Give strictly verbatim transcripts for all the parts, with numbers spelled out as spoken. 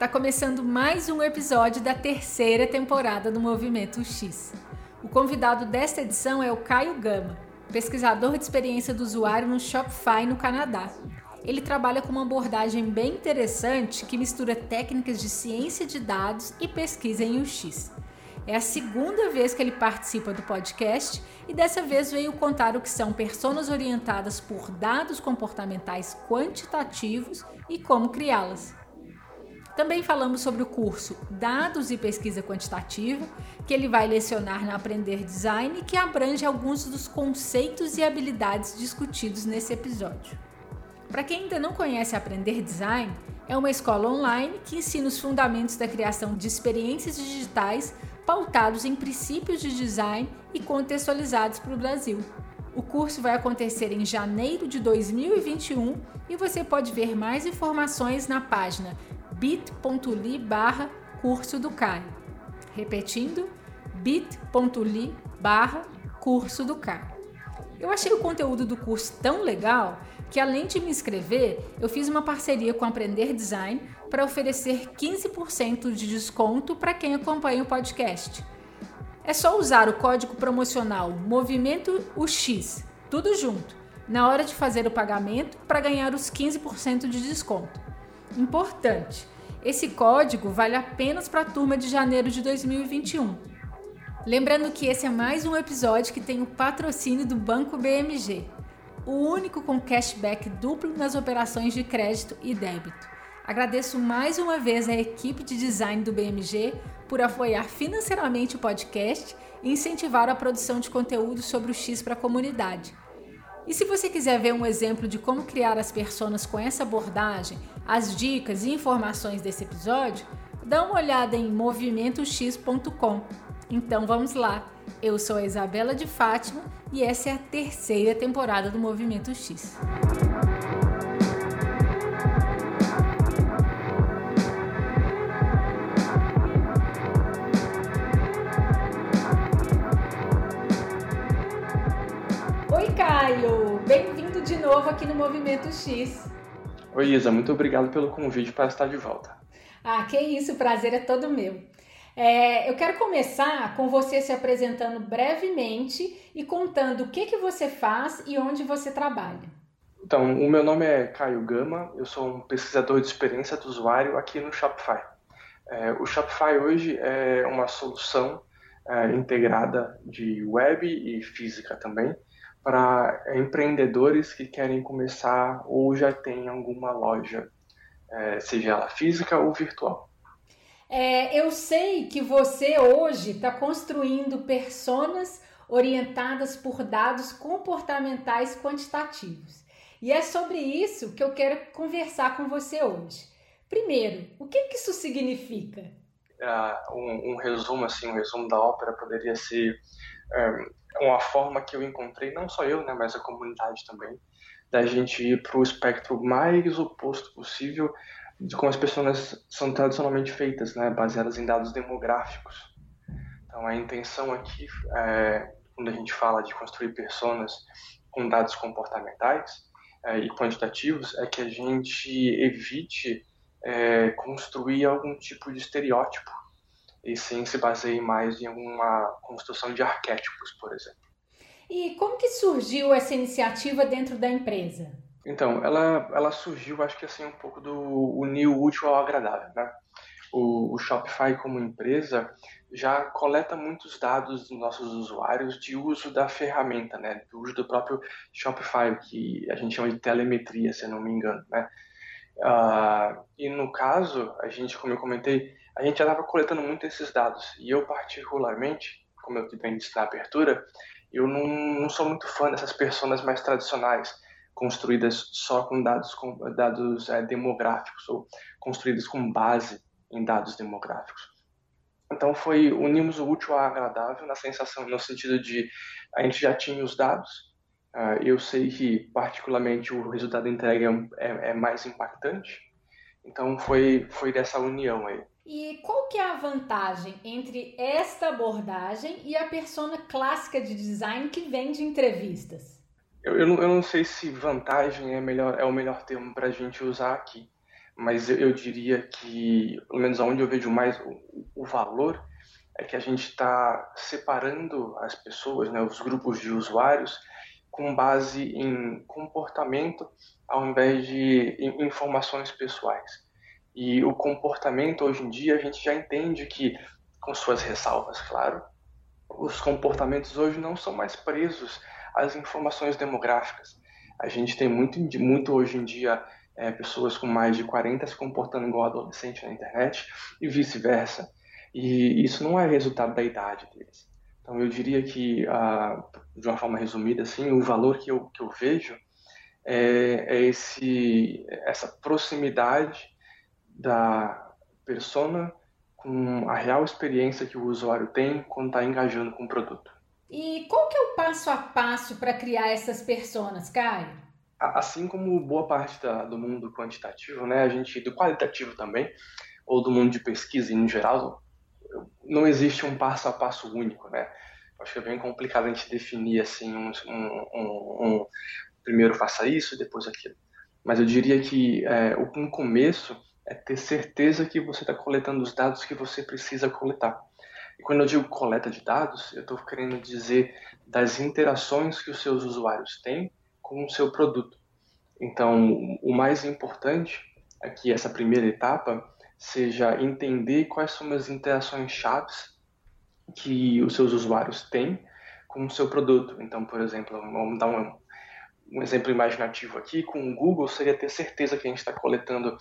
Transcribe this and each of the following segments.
Está começando mais um episódio da terceira temporada do Movimento X. O convidado desta edição é o Caio Gama, pesquisador de experiência do usuário no Shopify, no Canadá. Ele trabalha com uma abordagem bem interessante que mistura técnicas de ciência de dados e pesquisa em U X. É a segunda vez que ele participa do podcast e dessa vez veio contar o que são personas orientadas por dados comportamentais quantitativos e como criá-las. Também falamos sobre o curso Dados e Pesquisa Quantitativa, que ele vai lecionar na Aprender Design e que abrange alguns dos conceitos e habilidades discutidos nesse episódio. Para quem ainda não conhece Aprender Design, é uma escola online que ensina os fundamentos da criação de experiências digitais pautados em princípios de design e contextualizados para o Brasil. O curso vai acontecer em janeiro de dois mil e vinte e um e você pode ver mais informações na página bit.ly barra curso do Caio. Repetindo, bit.ly barra curso do Caio. Eu achei o conteúdo do curso tão legal que, além de me inscrever, eu fiz uma parceria com Aprender Design para oferecer quinze por cento de desconto para quem acompanha o podcast. É só usar o código promocional Movimento U X, tudo junto, na hora de fazer o pagamento para ganhar os quinze por cento de desconto. Importante, esse código vale apenas para a turma de janeiro de dois mil e vinte e um. Lembrando que esse é mais um episódio que tem o patrocínio do Banco B M G, o único com cashback duplo nas operações de crédito e débito. Agradeço mais uma vez à equipe de design do B M G por apoiar financeiramente o podcast e incentivar a produção de conteúdo sobre o X para a comunidade. E se você quiser ver um exemplo de como criar as personas com essa abordagem, as dicas e informações desse episódio, dá uma olhada em movimento x ponto com. Então vamos lá, eu sou a Isabela de Fátima e essa é a terceira temporada do Movimento X. Oi Caio, bem-vindo de novo aqui no Movimento X. Oi Isa, muito obrigado pelo convite para estar de volta. Ah, que isso, o prazer é todo meu. É, eu quero começar com você se apresentando brevemente e contando o que, que você faz e onde você trabalha. Então, o meu nome é Caio Gama, eu sou um pesquisador de experiência do usuário aqui no Shopify. É, o Shopify hoje é uma solução é, integrada de web e física também, para empreendedores que querem começar ou já têm alguma loja, é, seja ela física ou virtual. É, eu sei que você hoje está construindo personas orientadas por dados comportamentais quantitativos. E é sobre isso que eu quero conversar com você hoje. Primeiro, o que, que isso significa? Uh, um, um resumo, assim, um resumo da ópera poderia ser um, uma forma que eu encontrei, não só eu, né, mas a comunidade também, da gente ir para o espectro mais oposto possível de como as pessoas são tradicionalmente feitas, né, baseadas em dados demográficos. Então, a intenção aqui, é, quando a gente fala de construir personas com dados comportamentais é, e quantitativos, é que a gente evite é, construir algum tipo de estereótipo e sim se baseie mais em uma construção de arquétipos, por exemplo. E como que surgiu essa iniciativa dentro da empresa? Então, ela, ela surgiu, acho que assim, um pouco do unir o útil ao agradável, né? O, o Shopify, como empresa, já coleta muitos dados dos nossos usuários de uso da ferramenta, né? Do uso do próprio Shopify, que a gente chama de telemetria, se eu não me engano, né? Uh, e no caso, a gente, como eu comentei, a gente já estava coletando muito esses dados. E eu, particularmente, como eu também disse na abertura, eu não, não sou muito fã dessas personas mais tradicionais, construídas só com dados, com dados é, demográficos, ou construídas com base em dados demográficos. Então, foi unimos o útil ao agradável na sensação, no sentido de a gente já tinha os dados. Uh, eu sei que, particularmente, o resultado entregue é, é, é mais impactante. Então, foi, foi dessa união aí. E qual que é a vantagem entre esta abordagem e a persona clássica de design que vem de entrevistas? Eu, eu, não, eu não sei se vantagem é, melhor, é o melhor termo para a gente usar aqui, mas eu, eu diria que, pelo menos onde eu vejo mais o, o valor, é que a gente está separando as pessoas, né, os grupos de usuários, com base em comportamento ao invés de informações pessoais. E o comportamento, hoje em dia, a gente já entende que, com suas ressalvas, claro, os comportamentos hoje não são mais presos às informações demográficas. A gente tem muito, muito hoje em dia é, pessoas com mais de quarenta se comportando igual adolescente na internet e vice-versa. E isso não é resultado da idade deles. Então eu diria que, ah, de uma forma resumida, assim, o valor que eu, que eu vejo é, é esse, essa proximidade da persona com a real experiência que o usuário tem quando está engajando com o produto. E qual que é o passo a passo para criar essas personas, Caio? Assim como boa parte da, do mundo quantitativo, né, a gente, do qualitativo também, ou do mundo de pesquisa em geral, não existe um passo a passo único, né? Acho que é bem complicado a gente definir assim um, um, um, um primeiro faça isso, depois aquilo. Mas eu diria que é, um começo é ter certeza que você está coletando os dados que você precisa coletar. E quando eu digo coleta de dados, eu estou querendo dizer das interações que os seus usuários têm com o seu produto. Então, o mais importante é que essa primeira etapa seja entender quais são as interações chaves que os seus usuários têm com o seu produto. Então, por exemplo, vamos dar um, um exemplo imaginativo aqui, com o Google seria ter certeza que a gente está coletando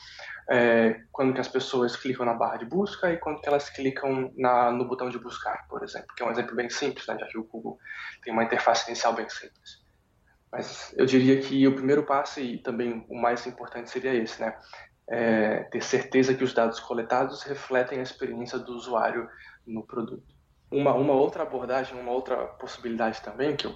é, quando que as pessoas clicam na barra de busca e quando que elas clicam na, no botão de buscar, por exemplo, que é um exemplo bem simples, né, já que o Google tem uma interface inicial bem simples. Mas eu diria que o primeiro passo e também o mais importante seria esse, né? É, ter certeza que os dados coletados refletem a experiência do usuário no produto. Uma, uma outra abordagem, uma outra possibilidade também, que eu,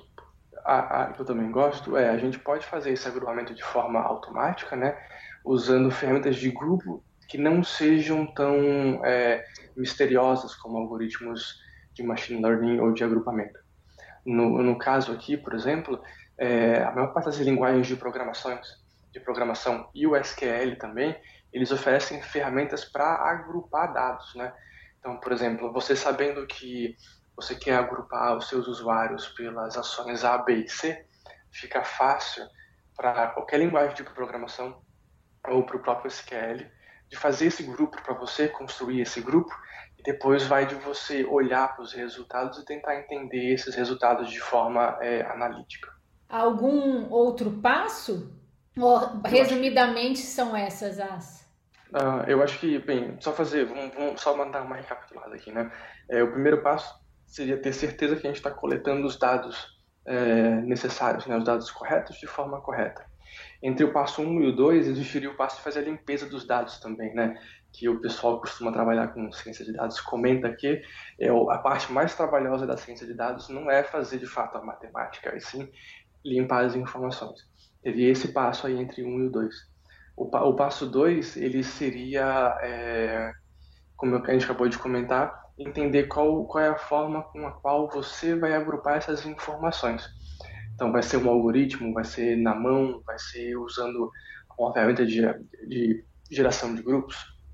a, a, que eu também gosto, é a gente pode fazer esse agrupamento de forma automática, né? Usando ferramentas de grupo que não sejam tão é, misteriosas como algoritmos de machine learning ou de agrupamento. No, no caso aqui, por exemplo, é, a maior parte das linguagens de programações, de programação e o S Q L também, eles oferecem ferramentas para agrupar dados, né? Então, por exemplo, você sabendo que você quer agrupar os seus usuários pelas ações A, B e C, fica fácil para qualquer linguagem de programação ou para o próprio S Q L de fazer esse grupo para você, construir esse grupo, e depois vai de você olhar para os resultados e tentar entender esses resultados de forma é, analítica. Algum outro passo? Ou, resumidamente, acho... são essas as... Uh, eu acho que, bem, só fazer, vamos, vamos só mandar uma recapitulada aqui, né? É, o primeiro passo seria ter certeza que a gente está coletando os dados é, necessários, né? Os dados corretos de forma correta. Entre o passo um e o dois, existiria o passo de fazer a limpeza dos dados também, né? Que o pessoal costuma trabalhar com ciência de dados, comenta que é, a parte mais trabalhosa da ciência de dados não é fazer de fato a matemática, e sim limpar as informações. Teria esse passo aí entre um e o dois. O, o passo dois, ele seria, é, como a gente acabou de comentar, entender qual, qual é a forma com a qual você vai agrupar essas informações. Então, vai ser um algoritmo, vai ser na mão, vai ser usando uma ferramenta de, de geração de grupos.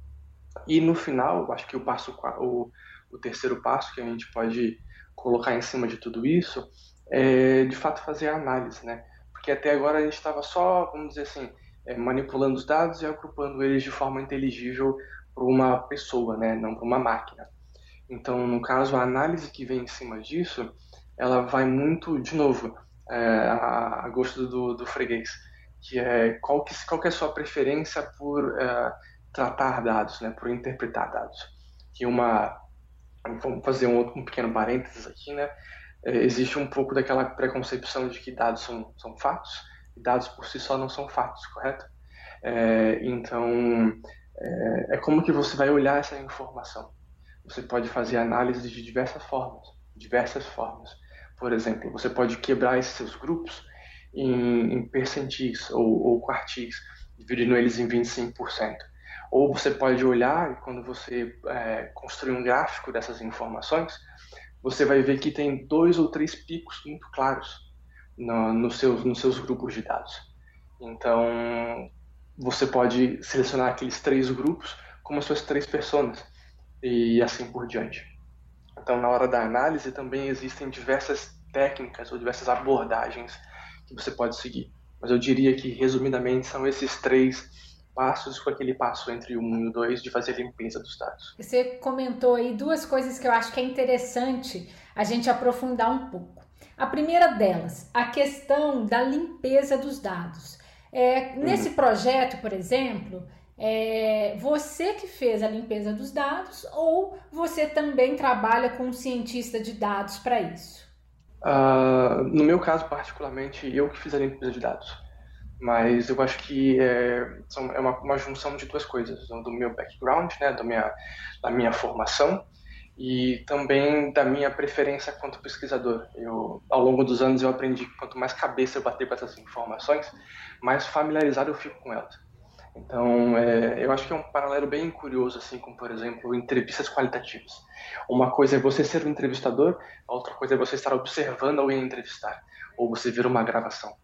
E no final, acho que o, passo, o, o terceiro passo que a gente pode colocar em cima de tudo isso é, de fato, fazer a análise, né? Porque até agora a gente estava só, vamos dizer assim, é, manipulando os dados e agrupando eles de forma inteligível para uma pessoa, né? Não para uma máquina. Então, no caso, a análise que vem em cima disso, ela vai muito, de novo, é, a, a gosto do, do freguês, que é qual que, qual que é a sua preferência por é, tratar dados, né? Por interpretar dados. Que uma, vamos fazer um, outro, um pequeno parênteses aqui, né? É, existe um pouco daquela preconcepção de que dados são, são fatos, e dados por si só não são fatos, correto? É, então, é, é como que você vai olhar essa informação. Você pode fazer análise de diversas formas, diversas formas. Por exemplo, você pode quebrar esses seus grupos em, em percentis ou, ou quartis, dividindo eles em vinte e cinco por cento. Ou você pode olhar, e quando você é, construir um gráfico dessas informações, você vai ver que tem dois ou três picos muito claros no, no seus, nos seus grupos de dados. Então, você pode selecionar aqueles três grupos como as suas três personas e assim por diante. Então, na hora da análise, também existem diversas técnicas ou diversas abordagens que você pode seguir. Mas eu diria que, resumidamente, são esses três passos com aquele passo entre o um e o dois de fazer a limpeza dos dados. Você comentou aí duas coisas que eu acho que é interessante a gente aprofundar um pouco. A primeira delas, a questão da limpeza dos dados. É, nesse uhum. projeto, por exemplo, é você que fez a limpeza dos dados ou você também trabalha com um cientista de dados para isso? Uh, no meu caso, particularmente, eu que fiz a limpeza de dados. Mas eu acho que é, são, é uma, uma junção de duas coisas, do meu background, né, do minha, da minha formação e também da minha preferência quanto pesquisador. Eu, ao longo dos anos eu aprendi que quanto mais cabeça eu bater com essas informações, mais familiarizado eu fico com elas. Então, é, eu acho que é um paralelo bem curioso, assim, com, por exemplo, entrevistas qualitativas. Uma coisa é você ser um entrevistador, a outra coisa é você estar observando alguém entrevistar, ou você ver uma gravação.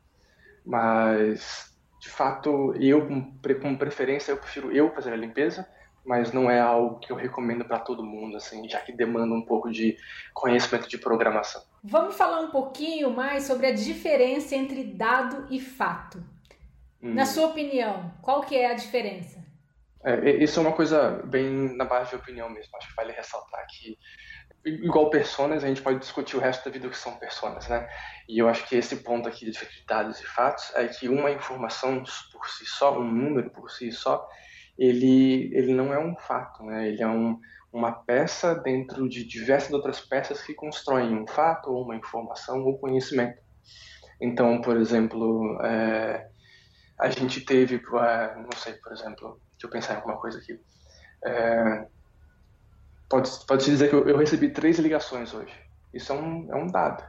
Mas, de fato, eu, com preferência, eu prefiro eu fazer a limpeza, mas não é algo que eu recomendo para todo mundo, assim, já que demanda um pouco de conhecimento de programação. Vamos falar um pouquinho mais sobre a diferença entre dado e fato. Hum. Na sua opinião, qual que é a diferença? É, isso é uma coisa bem na base de opinião mesmo. Acho que vale ressaltar que, igual personas, a gente pode discutir o resto da vida o que são personas, né? E eu acho que esse ponto aqui de dados e fatos é que uma informação por si só, um número por si só, ele, ele não é um fato, né? Ele é um, uma peça dentro de diversas outras peças que constroem um fato, ou uma informação, ou conhecimento. Então, por exemplo, é, a gente teve, é, não sei, por exemplo, deixa eu pensar em alguma coisa aqui. É, pode, pode se dizer que eu, eu recebi três ligações hoje. Isso é um, é um dado.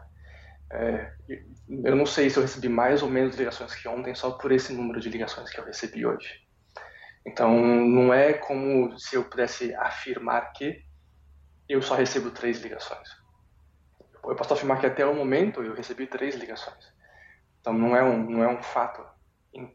É, eu não sei se eu recebi mais ou menos ligações que ontem só por esse número de ligações que eu recebi hoje. Então, não é como se eu pudesse afirmar que eu só recebo três ligações. Eu posso afirmar que até o momento eu recebi três ligações. Então, não é um, não é um fato in,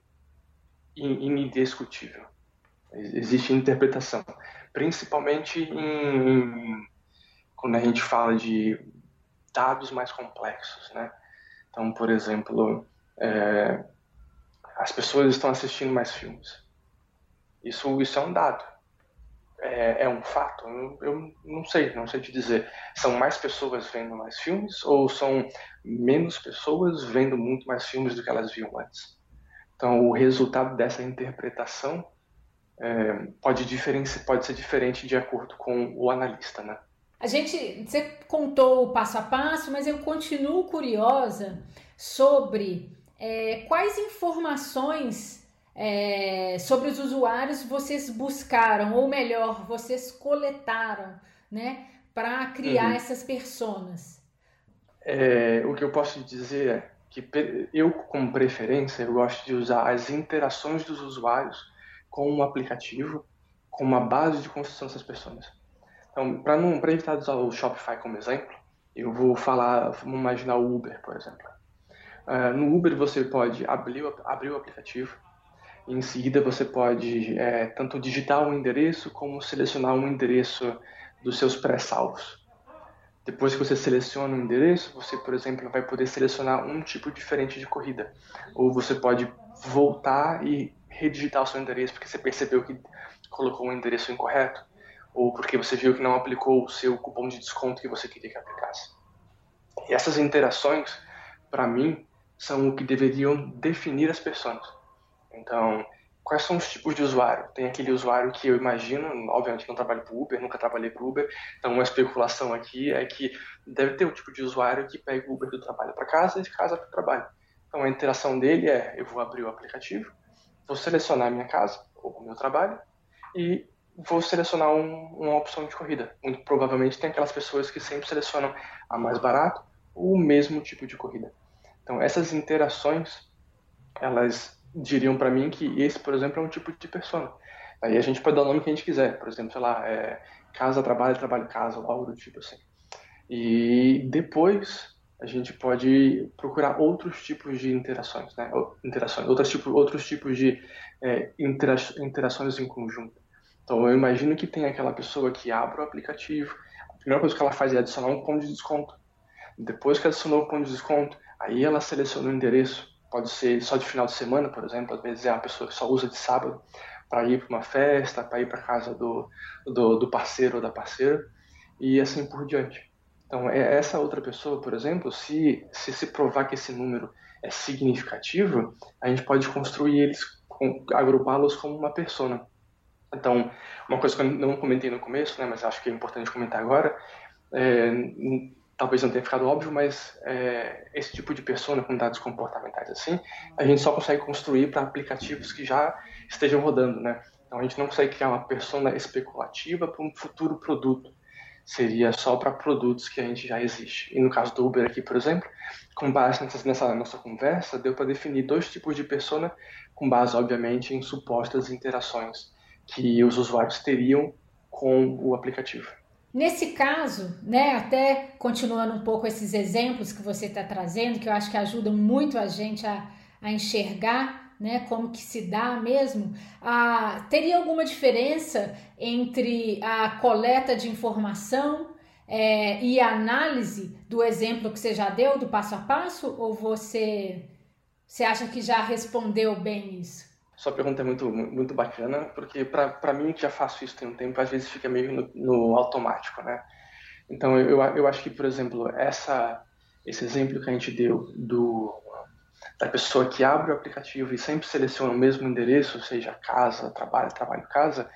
in, indiscutível. Existe interpretação, principalmente em, em, quando a gente fala de dados mais complexos, né? Então, por exemplo, é, as pessoas estão assistindo mais filmes. Isso, isso é um dado, é, é um fato. Eu, eu não sei, não sei te dizer. São mais pessoas vendo mais filmes ou são menos pessoas vendo muito mais filmes do que elas viam antes? Então, o resultado dessa interpretação é, pode, pode ser diferente de acordo com o analista, né? A gente, você contou o passo a passo, mas eu continuo curiosa sobre é, quais informações é, sobre os usuários vocês buscaram, ou melhor, vocês coletaram, né, para criar uhum. essas personas. É, o que eu posso dizer é que eu, como preferência, eu gosto de usar as interações dos usuários com um aplicativo, com uma base de construção dessas pessoas. Então, para não para evitar de usar o Shopify como exemplo, eu vou falar, vamos imaginar o Uber, por exemplo. Uh, no Uber você pode abrir, abrir o aplicativo, e em seguida você pode é, tanto digitar um endereço como selecionar um endereço dos seus pré-salvos. Depois que você seleciona um endereço, você, por exemplo, vai poder selecionar um tipo diferente de corrida. Ou você pode voltar e redigitar o seu endereço porque você percebeu que colocou um endereço incorreto, ou porque você viu que não aplicou o seu cupom de desconto que você queria que aplicasse. E essas interações, para mim, são o que deveriam definir as pessoas. Então, quais são os tipos de usuário? Tem aquele usuário que eu imagino, obviamente não trabalho para o Uber, nunca trabalhei para o Uber, então uma especulação aqui é que deve ter o tipo de usuário que pega o Uber do trabalho para casa e de casa para o trabalho. Então a interação dele é, eu vou abrir o aplicativo, vou selecionar a minha casa ou o meu trabalho e vou selecionar um, uma opção de corrida. Muito provavelmente tem aquelas pessoas que sempre selecionam a mais barato ou o mesmo tipo de corrida. Então essas interações, elas diriam para mim que esse, por exemplo, é um tipo de persona. Aí a gente pode dar o nome que a gente quiser, por exemplo, sei lá, é casa, trabalho, trabalho, casa, ou algo do tipo assim. E depois a gente pode procurar outros tipos de interações, né? Interações, outros tipos, outros tipos de é, intera interações em conjunto. Então, eu imagino que tem aquela pessoa que abre o aplicativo, a primeira coisa que ela faz é adicionar um cupom de desconto. Depois que adicionou o cupom de desconto, aí ela seleciona o endereço. Pode ser só de final de semana, por exemplo, às vezes é uma pessoa que só usa de sábado para ir para uma festa, para ir para casa do, do, do parceiro ou da parceira, e assim por diante. Então, essa outra pessoa, por exemplo, se, se se provar que esse número é significativo, a gente pode construir eles, agrupá-los como uma persona. Então, uma coisa que eu não comentei no começo, né, mas acho que é importante comentar agora, é, talvez não tenha ficado óbvio, mas é, esse tipo de persona com dados comportamentais assim, a gente só consegue construir para aplicativos que já estejam rodando, né? Então, a gente não consegue criar uma persona especulativa para um futuro produto. Seria só para produtos que a gente já existe. E no caso do Uber aqui, por exemplo, com base nessa, nessa nossa conversa, deu para definir dois tipos de persona, com base, obviamente, em supostas interações que os usuários teriam com o aplicativo. Nesse caso, né, até continuando um pouco esses exemplos que você está trazendo, que eu acho que ajudam muito a gente a, a enxergar, né, como que se dá mesmo, ah, teria alguma diferença entre a coleta de informação é, e a análise do exemplo que você já deu, do passo a passo, ou você, você acha que já respondeu bem isso? Sua pergunta é muito, muito bacana, porque para mim, que já faço isso tem um tempo, às vezes fica meio no, no automático, né? Então, eu, eu acho que, por exemplo, essa, esse exemplo que a gente deu do, da pessoa que abre o aplicativo e sempre seleciona o mesmo endereço, seja casa, trabalho, trabalho, casa,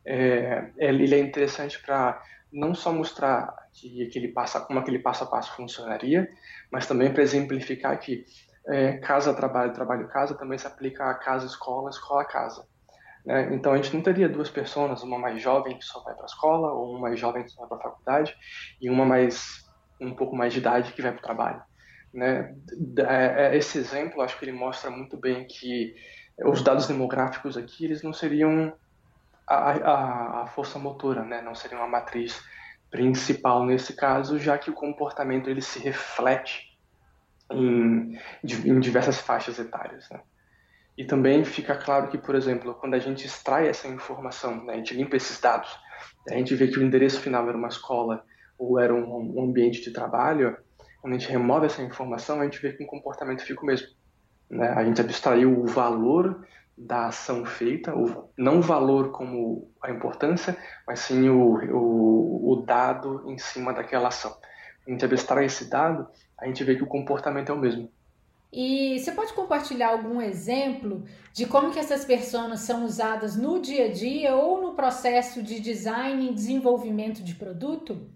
é, ele é interessante para não só mostrar que aquele passa, como aquele passo a passo funcionaria, mas também para exemplificar que é, casa, trabalho, trabalho, casa também se aplica a casa, escola, escola, casa. Né? Então a gente não teria duas pessoas, uma mais jovem que só vai para a escola, ou uma mais jovem que só vai para a faculdade, e uma mais um pouco mais de idade que vai para o trabalho. Né? Esse exemplo, acho que ele mostra muito bem que os dados demográficos aqui, eles não seriam a, a, a força motora, né? Não seriam a matriz principal nesse caso, já que o comportamento ele se reflete em, em diversas faixas etárias. Né? E também fica claro que, por exemplo, quando a gente extrai essa informação, né, a gente limpa esses dados, a gente vê que o endereço final era uma escola ou era um, um ambiente de trabalho, quando a gente remove essa informação, a gente vê que o comportamento fica o mesmo. Né? A gente abstraiu o valor da ação feita, o, não o valor como a importância, mas sim o, o, o dado em cima daquela ação. A gente abstrai esse dado, a gente vê que o comportamento é o mesmo. E você pode compartilhar algum exemplo de como que essas personas são usadas no dia a dia ou no processo de design e desenvolvimento de produto?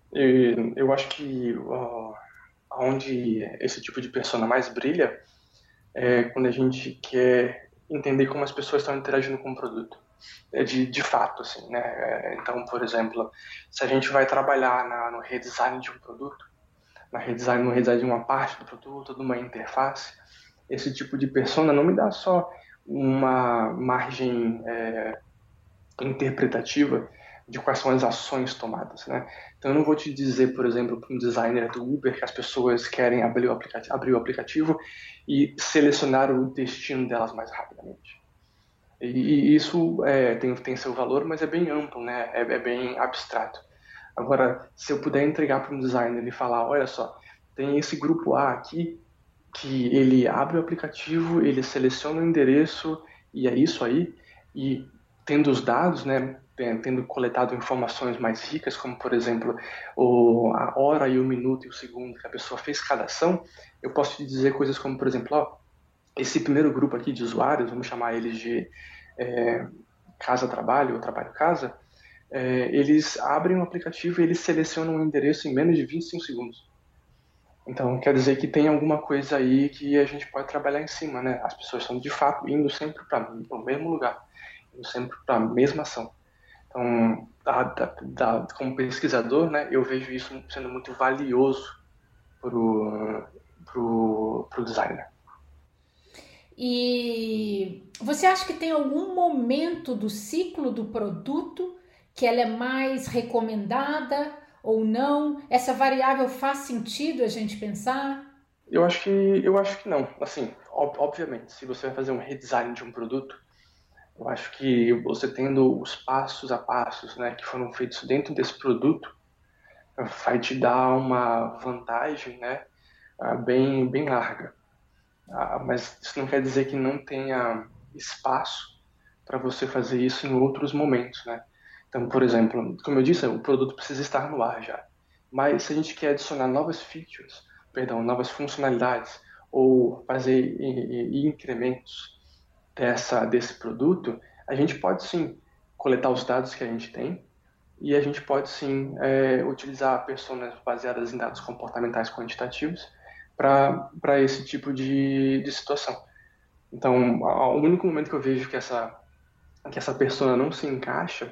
E eu acho que uh, onde esse tipo de persona mais brilha é quando a gente quer entender como as pessoas estão interagindo com o produto. É de, de fato, assim, né? Então, por exemplo, se a gente vai trabalhar na, no redesign de um produto, na redesign, no redesign de uma parte do produto, de uma interface, esse tipo de persona não me dá só uma margem é, interpretativa de quais são as ações tomadas, né? Então, eu não vou te dizer, por exemplo, para um designer do Uber que as pessoas querem abrir o aplicativo, abrir o aplicativo e selecionar o destino delas mais rapidamente. E, e isso é, tem, tem seu valor, mas é bem amplo, né? É, é bem abstrato. Agora, se eu puder entregar para um designer e falar, olha só, tem esse grupo A aqui, que ele abre o aplicativo, ele seleciona o endereço e é isso aí, e tendo os dados, né, tendo coletado informações mais ricas, como por exemplo o, a hora e o minuto e o segundo que a pessoa fez cada ação, eu posso te dizer coisas como, por exemplo, ó, esse primeiro grupo aqui de usuários, vamos chamar eles de é, casa-trabalho ou trabalho-casa, é, eles abrem o aplicativo e eles selecionam o endereço em menos de vinte e cinco segundos. Então, quer dizer que tem alguma coisa aí que a gente pode trabalhar em cima, né? As pessoas estão, de fato, indo sempre para o mesmo lugar, indo sempre para a mesma ação. Então, da, da, da, como pesquisador, né, eu vejo isso sendo muito valioso para o designer. E você acha que tem algum momento do ciclo do produto que ela é mais recomendada ou não? Essa variável faz sentido a gente pensar? Eu acho que, eu acho que não. Assim, ob- obviamente, se você vai fazer um redesign de um produto, eu acho que você tendo os passos a passos, né, que foram feitos dentro desse produto, vai te dar uma vantagem, né, ah, bem, bem larga. Ah, mas isso não quer dizer que não tenha espaço para você fazer isso em outros momentos, né? Então, por exemplo, como eu disse, o produto precisa estar no ar já. Mas se a gente quer adicionar novas features, perdão, novas funcionalidades ou fazer i- i- incrementos dessa desse produto, a gente pode sim coletar os dados que a gente tem e a gente pode sim é, utilizar personas baseadas em dados comportamentais quantitativos para para esse tipo de, de situação. Então, a- o único momento que eu vejo que essa que essa persona não se encaixa,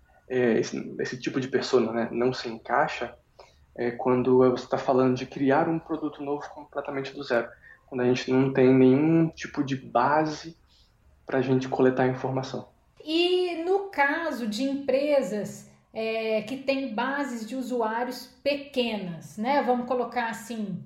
é, esse, esse tipo de persona, né, não se encaixa, é quando você está falando de criar um produto novo completamente do zero, quando a gente não tem nenhum tipo de base para a gente coletar informação. E no caso de empresas é, que têm bases de usuários pequenas, né? Vamos colocar assim,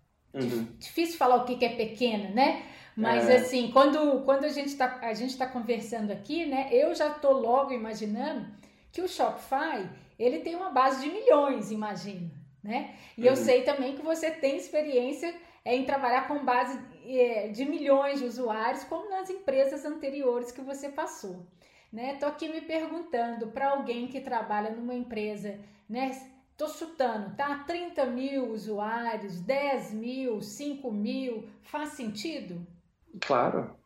Uhum. difícil falar o que é pequena, né? Mas É, assim, quando, quando a gente está a gente tá conversando aqui, né? Eu já tô logo imaginando que o Shopify ele tem uma base de milhões, imagina, né? E eu uhum. sei também que você tem experiência é, em trabalhar com base é, de milhões de usuários, como nas empresas anteriores que você passou, né? Tô aqui me perguntando para alguém que trabalha numa empresa, né? Tô chutando, tá? trinta mil usuários, dez mil, cinco mil, faz sentido? Claro,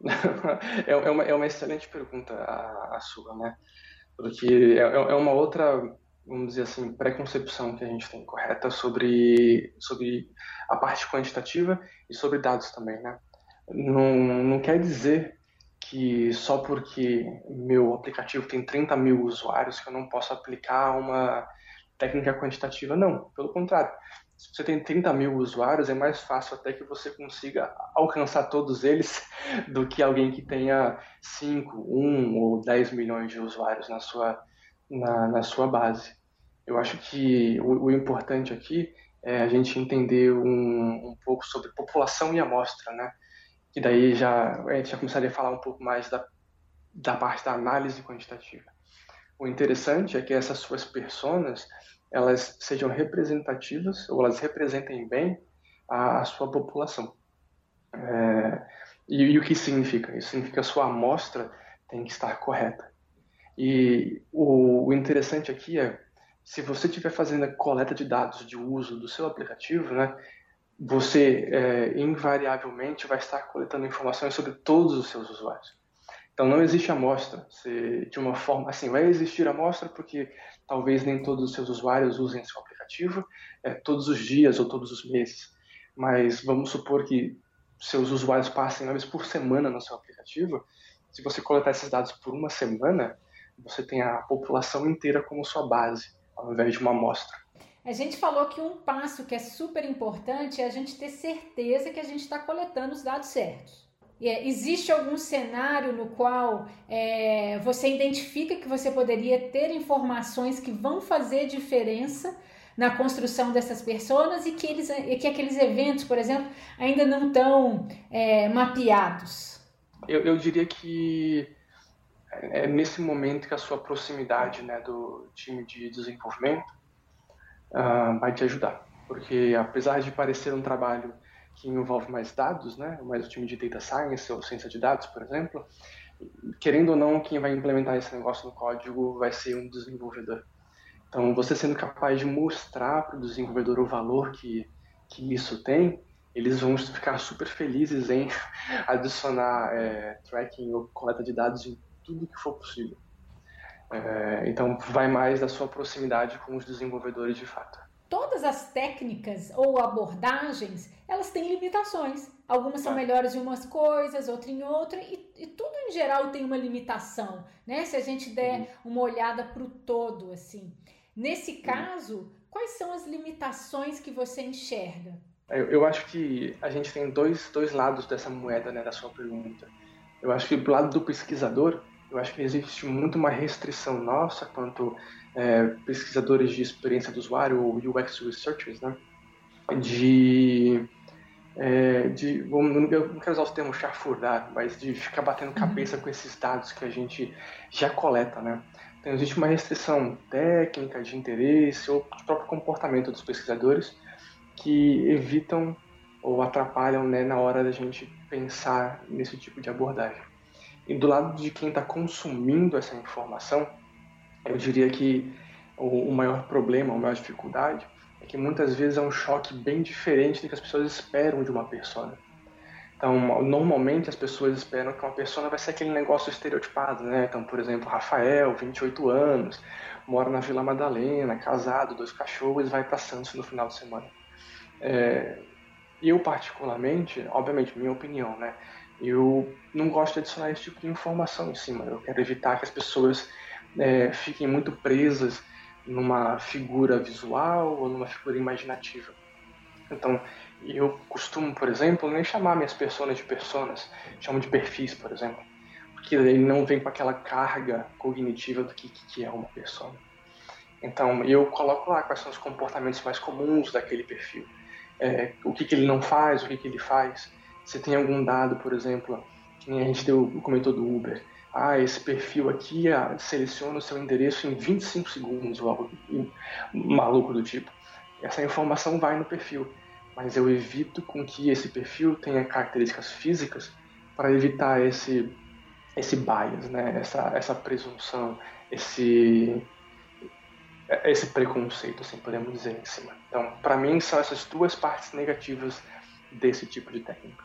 é, é uma, é uma excelente pergunta a, a sua, né? Porque é, é uma outra, vamos dizer assim, preconcepção que a gente tem correta sobre, sobre a parte quantitativa e sobre dados também, né? Não, não quer dizer que só porque meu aplicativo tem trinta mil usuários que eu não posso aplicar uma técnica quantitativa, não. Pelo contrário, se você tem trinta mil usuários, é mais fácil até que você consiga alcançar todos eles do que alguém que tenha cinco, um ou dez milhões de usuários na sua, na, na sua base. Eu acho que o, o importante aqui é a gente entender um, um pouco sobre população e amostra, né? Que daí já, a gente já começaria a falar um pouco mais da, da parte da análise quantitativa. O interessante é que essas suas personas, elas sejam representativas, ou elas representem bem a, a sua população. É, e, e o que significa? Isso significa que a sua amostra tem que estar correta. E o, o interessante aqui é, se você estiver fazendo a coleta de dados de uso do seu aplicativo, né, você é, invariavelmente vai estar coletando informações sobre todos os seus usuários. Então não existe amostra se, de uma forma assim, vai existir amostra porque talvez nem todos os seus usuários usem seu aplicativo é, todos os dias ou todos os meses, mas vamos supor que seus usuários passem uma vez por semana no seu aplicativo. Se você coletar esses dados por uma semana, você tem a população inteira como sua base, ao invés de uma amostra. A gente falou que um passo que é super importante é a gente ter certeza que a gente está coletando os dados certos. É, existe algum cenário no qual é, você identifica que você poderia ter informações que vão fazer diferença na construção dessas pessoas e que, eles, e que aqueles eventos, por exemplo, ainda não estão é, mapeados? Eu, eu diria que é nesse momento que a sua proximidade, né, do time de desenvolvimento uh, vai te ajudar. Porque apesar de parecer um trabalho que envolve mais dados, né, mais o time de Data Science ou ciência de dados, por exemplo, querendo ou não, quem vai implementar esse negócio no código vai ser um desenvolvedor. Então, você sendo capaz de mostrar para o desenvolvedor o valor que, que isso tem, eles vão ficar super felizes em adicionar é, tracking ou coleta de dados em tudo que for possível. É, então, vai mais da sua proximidade com os desenvolvedores de fato. Todas as técnicas ou abordagens, elas têm limitações. Algumas são melhores em umas coisas, outras em outras, e, e tudo em geral tem uma limitação, né? Se a gente der uhum. uma olhada para o todo, assim. Nesse caso, uhum. quais são as limitações que você enxerga? Eu, eu acho que a gente tem dois, dois lados dessa moeda, né, da sua pergunta. Eu acho que do lado do pesquisador, Eu acho que existe muito uma restrição nossa quanto é, pesquisadores de experiência do usuário, ou U X researchers, né? De, é, de vamos, eu não quero usar o termo chafurdar, mas de ficar batendo cabeça uhum. com esses dados que a gente já coleta, né? Então existe uma restrição técnica, de interesse ou de próprio comportamento dos pesquisadores que evitam ou atrapalham, né, na hora da gente pensar nesse tipo de abordagem. E do lado de quem está consumindo essa informação, eu diria que o maior problema, a maior dificuldade, é que muitas vezes é um choque bem diferente do que as pessoas esperam de uma persona. Então, normalmente as pessoas esperam que uma persona vai ser aquele negócio estereotipado, né? Então, por exemplo, Rafael, vinte e oito anos, mora na Vila Madalena, casado, dois cachorros, vai para Santos no final de semana. É, eu, particularmente, obviamente, minha opinião, né? Eu não gosto de adicionar esse tipo de informação em cima. Eu quero evitar que as pessoas é, fiquem muito presas numa figura visual ou numa figura imaginativa. Então, eu costumo, por exemplo, nem chamar minhas personas de personas, chamo de perfis, por exemplo, porque ele não vem com aquela carga cognitiva do que, que é uma persona. Então, eu coloco lá quais são os comportamentos mais comuns daquele perfil, é, o que, que ele não faz, o que, que ele faz. Se tem algum dado, por exemplo, que nem a gente deu, comentou do Uber, ah, esse perfil aqui ah, seleciona o seu endereço em vinte e cinco segundos, ou algo maluco do tipo. Essa informação vai no perfil, mas eu evito com que esse perfil tenha características físicas para evitar esse, esse bias, né? essa, essa presunção, esse, esse preconceito, assim podemos dizer, em cima. Então, para mim, são essas duas partes negativas desse tipo de técnica.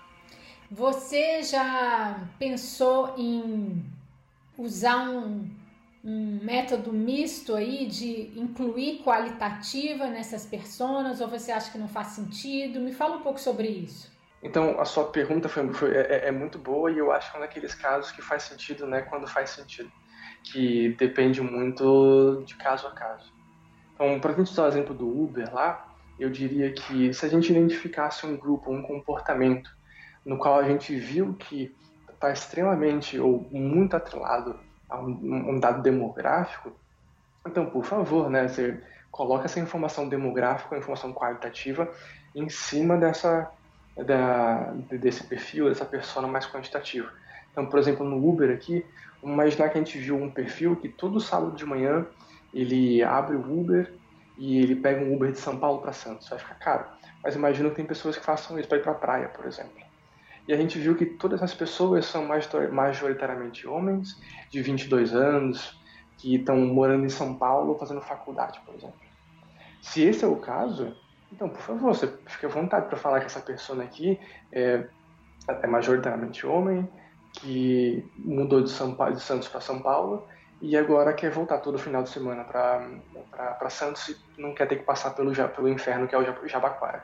Você já pensou em usar um, um método misto aí de incluir qualitativa nessas personas, ou você acha que não faz sentido? Me fala um pouco sobre isso. Então, a sua pergunta foi, foi, é, é muito boa e eu acho que é um daqueles casos que faz sentido, né, quando faz sentido, que depende muito de caso a caso. Então, para a gente usar o exemplo do Uber lá, eu diria que se a gente identificasse um grupo, um comportamento, no qual a gente viu que está extremamente ou muito atrelado a um, um dado demográfico, então, por favor, né, você coloca essa informação demográfica, informação qualitativa, em cima dessa, da, desse perfil, dessa persona mais quantitativa. Então, por exemplo, no Uber aqui, vamos imaginar que a gente viu um perfil que todo sábado de manhã ele abre o Uber e ele pega um Uber de São Paulo para Santos. Vai ficar caro. Mas imagina que tem pessoas que façam isso para ir para a praia, por exemplo. E a gente viu que todas as pessoas são majoritariamente homens de vinte e dois anos, que estão morando em São Paulo fazendo faculdade, por exemplo. Se esse é o caso, então, por favor, você fique à vontade para falar que essa pessoa aqui é, é majoritariamente homem, que mudou de, São Paulo, de Santos para São Paulo e agora quer voltar todo final de semana para Santos e não quer ter que passar pelo, pelo inferno que é o Jabaquara.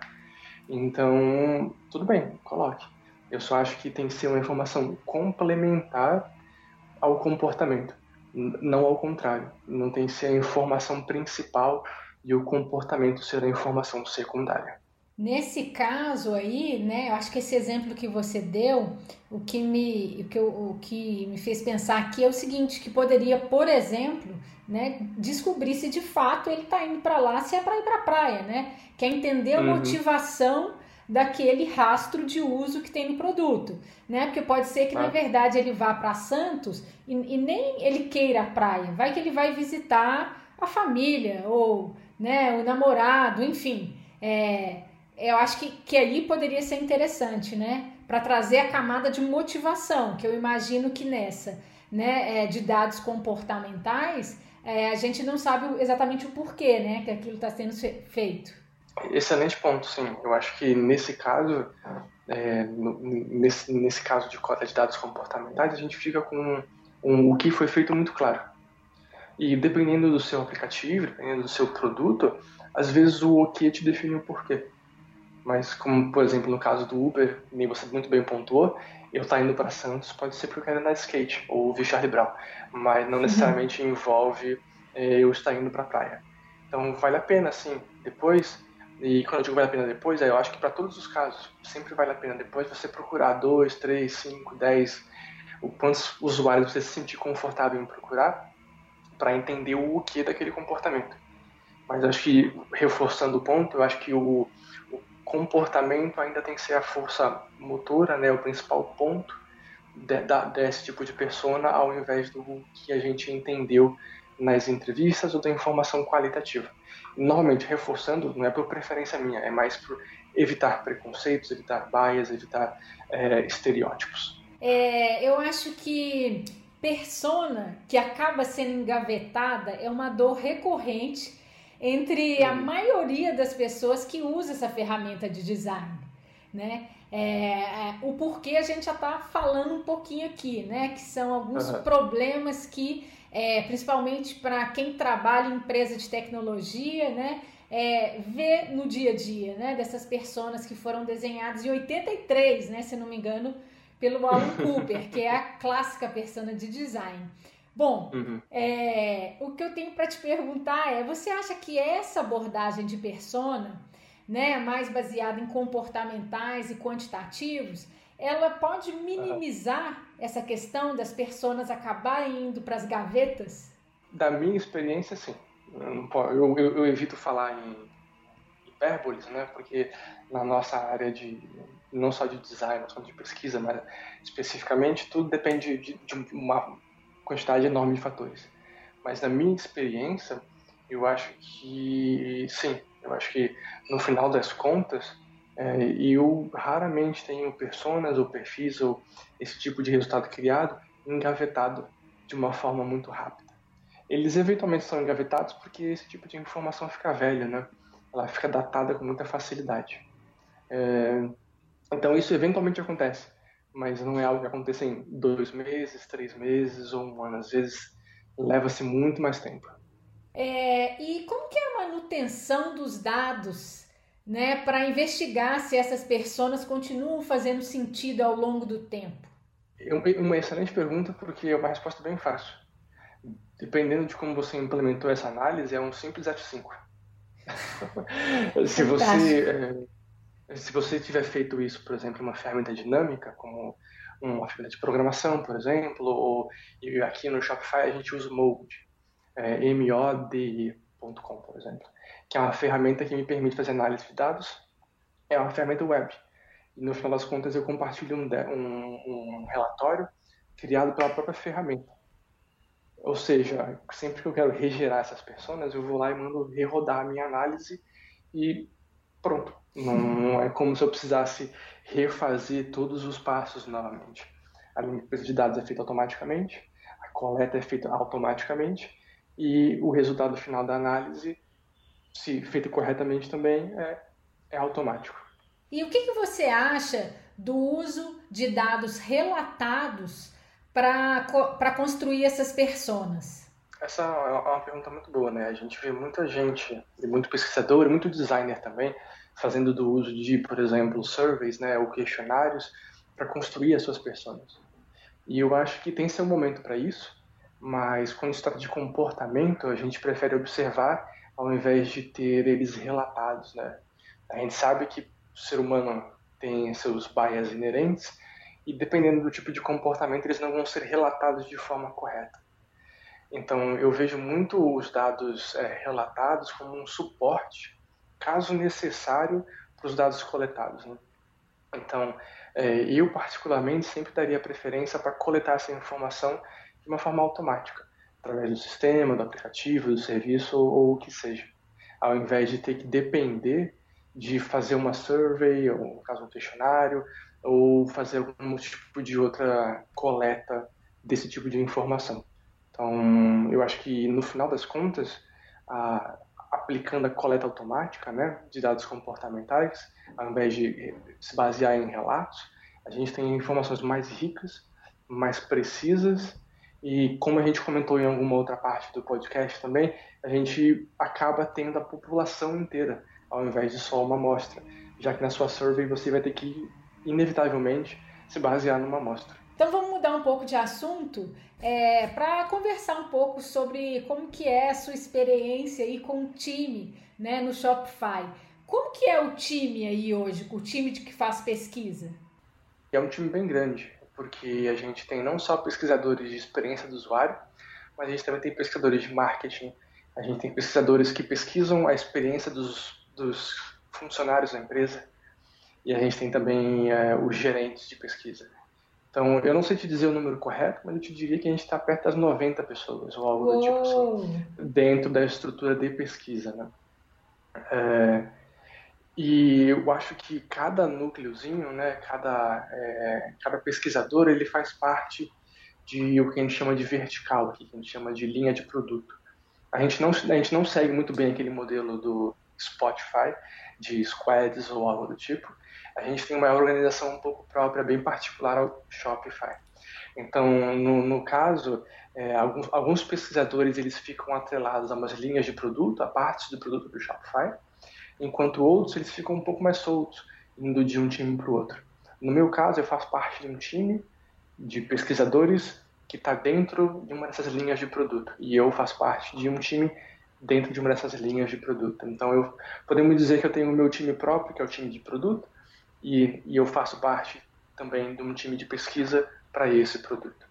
Então, tudo bem, coloque. Eu só acho que tem que ser uma informação complementar ao comportamento, não ao contrário. Não tem que ser a informação principal e o comportamento ser a informação secundária. Nesse caso aí, né, eu acho que esse exemplo que você deu, o que me, o que, eu, o que me fez pensar aqui é o seguinte, que poderia, por exemplo, né, descobrir se de fato ele está indo para lá, se é para ir para a praia, né? Quer entender a uhum. motivação daquele rastro de uso que tem no produto, né? Porque pode ser que, ah. na verdade, ele vá para Santos e, e nem ele queira a praia. Vai que ele vai visitar a família ou, né, o namorado, enfim. É, eu acho que, que aí poderia ser interessante, né? Para trazer a camada de motivação, que eu imagino que nessa, né, é, de dados comportamentais, é, a gente não sabe exatamente o porquê, né, que aquilo está sendo feito. Excelente ponto, sim. Eu acho que nesse caso, é, no, nesse, nesse caso de coleta de dados comportamentais, a gente fica com um, um, o que foi feito muito claro. E dependendo do seu aplicativo, dependendo do seu produto, às vezes o o que te define o porquê. Mas como, por exemplo, no caso do Uber, nem você muito bem pontuou, eu estar indo para Santos pode ser porque eu quero andar de skate ou ouvir Charlie Brown, mas não necessariamente uhum. envolve é, eu estar indo para a praia. Então vale a pena, sim, depois... E quando eu digo vale a pena depois, eu acho que para todos os casos, sempre vale a pena depois você procurar dois, três, cinco, dez o quantos usuários você se sentir confortável em procurar para entender o que daquele comportamento. Mas acho que, reforçando o ponto, eu acho que o, o comportamento ainda tem que ser a força motora, né, o principal ponto de, da, desse tipo de persona, ao invés do que a gente entendeu nas entrevistas ou da informação qualitativa. Normalmente, reforçando, não é por preferência minha, é mais por evitar preconceitos, evitar bias, evitar é, estereótipos. É, eu acho que persona que acaba sendo engavetada é uma dor recorrente entre a maioria das pessoas que usa essa ferramenta de design, né? É, o porquê a gente já está falando um pouquinho aqui, né? Que são alguns uhum. problemas que, é, principalmente para quem trabalha em empresa de tecnologia, né? É, vê no dia a dia, né? Dessas personas que foram desenhadas em oitenta e três, né? Se não me engano, pelo Alan Cooper, que é a clássica persona de design. Bom, uhum. é, o que eu tenho para te perguntar é, você acha que essa abordagem de persona, né, mais baseada em comportamentais e quantitativos, ela pode minimizar uhum. essa questão das personas acabarem indo para as gavetas? Da minha experiência, sim. Eu, não posso, eu, eu, eu evito falar em hipérboles, né, porque na nossa área de, não só de design, não só de pesquisa, mas especificamente, tudo depende de, de uma quantidade enorme de fatores. Mas na minha experiência, eu acho que sim, eu acho que no final das contas, é, eu raramente tenho personas ou perfis ou esse tipo de resultado criado engavetado de uma forma muito rápida. Eles eventualmente são engavetados porque esse tipo de informação fica velha, né? Ela fica datada com muita facilidade. É, então isso eventualmente acontece, mas não é algo que aconteça em dois meses, três meses ou um ano. Às vezes leva-se muito mais tempo. É, e como que é a manutenção dos dados, né, para investigar se essas personas continuam fazendo sentido ao longo do tempo? É uma excelente pergunta, porque é uma resposta bem fácil. Dependendo de como você implementou essa análise, é um simples F cinco. se você é, se você tiver feito isso, por exemplo, em uma ferramenta dinâmica, como uma ferramenta de programação, por exemplo, ou e aqui no Shopify a gente usa o Mode, é, M O D E ponto com, por exemplo, que é uma ferramenta que me permite fazer análise de dados. É uma ferramenta web. E no final das contas eu compartilho um, um, um relatório criado pela própria ferramenta. Ou seja, sempre que eu quero regerar essas personas, eu vou lá e mando rerodar a minha análise e pronto. Não, não é como se eu precisasse refazer todos os passos novamente. A limpeza de dados é feita automaticamente, a coleta é feita automaticamente e o resultado final da análise, se feito corretamente também, é, é automático. E o que, que você acha do uso de dados relatados para construir essas personas? Essa é uma pergunta muito boa, né? A gente vê muita gente, e muito pesquisador, e muito designer também, fazendo do uso de, por exemplo, surveys, né, ou questionários, para construir as suas personas. E eu acho que tem seu momento para isso, mas quando se trata de comportamento, a gente prefere observar ao invés de ter eles relatados, né? A gente sabe que o ser humano tem seus bias inerentes, e dependendo do tipo de comportamento, eles não vão ser relatados de forma correta. Então, eu vejo muito os dados é, relatados como um suporte, caso necessário, para os dados coletados, né? Então, é, eu particularmente sempre daria preferência para coletar essa informação de uma forma automática, através do sistema, do aplicativo, do serviço ou, ou o que seja, ao invés de ter que depender de fazer uma survey, ou no caso um questionário, ou fazer algum tipo de outra coleta desse tipo de informação. Então, eu acho que no final das contas, a, aplicando a coleta automática, né, de dados comportamentais, ao invés de se basear em relatos, a gente tem informações mais ricas, mais precisas e, como a gente comentou em alguma outra parte do podcast também, a gente acaba tendo a população inteira, ao invés de só uma amostra, já que na sua survey você vai ter que, inevitavelmente, se basear numa amostra. Então vamos mudar um pouco de assunto é, para conversar um pouco sobre como que é a sua experiência aí com o time, né, no Shopify. Como que é o time aí hoje, o time de que faz pesquisa? É um time bem grande. porque a gente tem não só pesquisadores de experiência do usuário, mas a gente também tem pesquisadores de marketing, a gente tem pesquisadores que pesquisam a experiência dos, dos funcionários da empresa, e a gente tem também é, os gerentes de pesquisa. Então, eu não sei te dizer o número correto, mas eu te diria que a gente está perto das noventa pessoas, ou algo do tipo assim, dentro da estrutura de pesquisa, né? É, e eu acho que cada núcleozinho, né, cada, é, cada pesquisador, ele faz parte de o que a gente chama de vertical, aqui, que a gente chama de linha de produto. A gente não, a gente não segue muito bem aquele modelo do Spotify, de squads ou algo do tipo. A gente tem uma organização um pouco própria, bem particular ao Shopify. Então, no, no caso, é, alguns, alguns pesquisadores eles ficam atrelados a umas linhas de produto, a partes do produto do Shopify, enquanto outros eles ficam um pouco mais soltos, indo de um time para o outro. No meu caso, eu faço parte de um time de pesquisadores que está dentro de uma dessas linhas de produto, e eu faço parte de um time dentro de uma dessas linhas de produto. Então, eu, podemos dizer que eu tenho o meu time próprio, que é o time de produto, e, e eu faço parte também de um time de pesquisa para esse produto.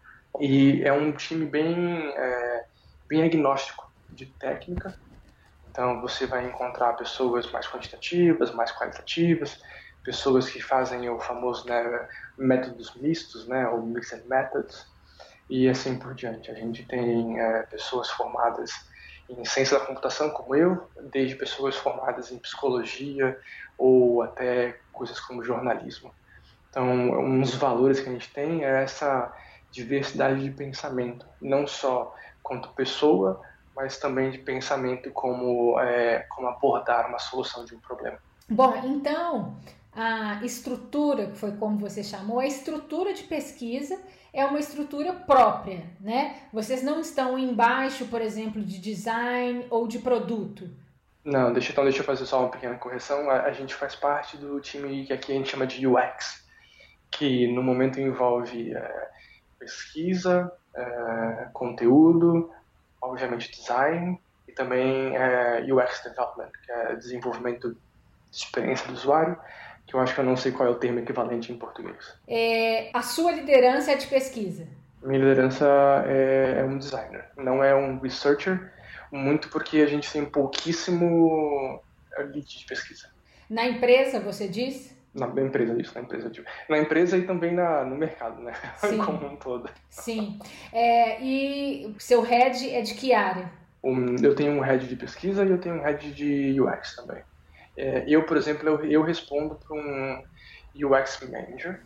E é um time bem, é, bem agnóstico de técnica. Então, você vai encontrar pessoas mais quantitativas, mais qualitativas, pessoas que fazem o famoso, né, métodos mistos, né, ou mixed methods, e assim por diante. A gente tem é, pessoas formadas em ciência da computação, como eu, desde pessoas formadas em psicologia ou até coisas como jornalismo. Então, um dos valores que a gente tem é essa diversidade de pensamento, não só quanto pessoa, mas também de pensamento como, é, como abordar uma solução de um problema. Bom, então, a estrutura, que foi como você chamou, a estrutura de pesquisa é uma estrutura própria, né? Vocês não estão embaixo, por exemplo, de design ou de produto. Não, deixa, então deixa eu fazer só uma pequena correção. A, a gente faz parte do time que aqui a gente chama de U X, que no momento envolve é, pesquisa, é, conteúdo, obviamente design, e também é, U X Development, que é desenvolvimento de experiência do usuário, que eu acho que eu não sei qual é o termo equivalente em português. É, a sua liderança é de pesquisa? Minha liderança é, é um designer, não é um researcher, muito porque a gente tem pouquíssimo lead de pesquisa. Na empresa, você diz? Na empresa, isso, na empresa. Na empresa e também na, no mercado, né? Sim. Como um todo. Sim. É, e seu head é de que área? Um, eu tenho um head de pesquisa e eu tenho um head de U X também. É, eu, por exemplo, eu, eu respondo para um U X Manager,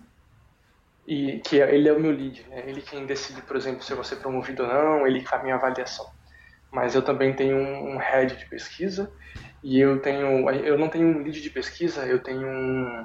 e, que é, ele é o meu lead, né? Ele quem decide, por exemplo, se eu vou ser promovido ou não, ele faz a minha avaliação. Mas eu também tenho um, um head de pesquisa, e eu tenho, eu não tenho um lead de pesquisa, eu tenho um,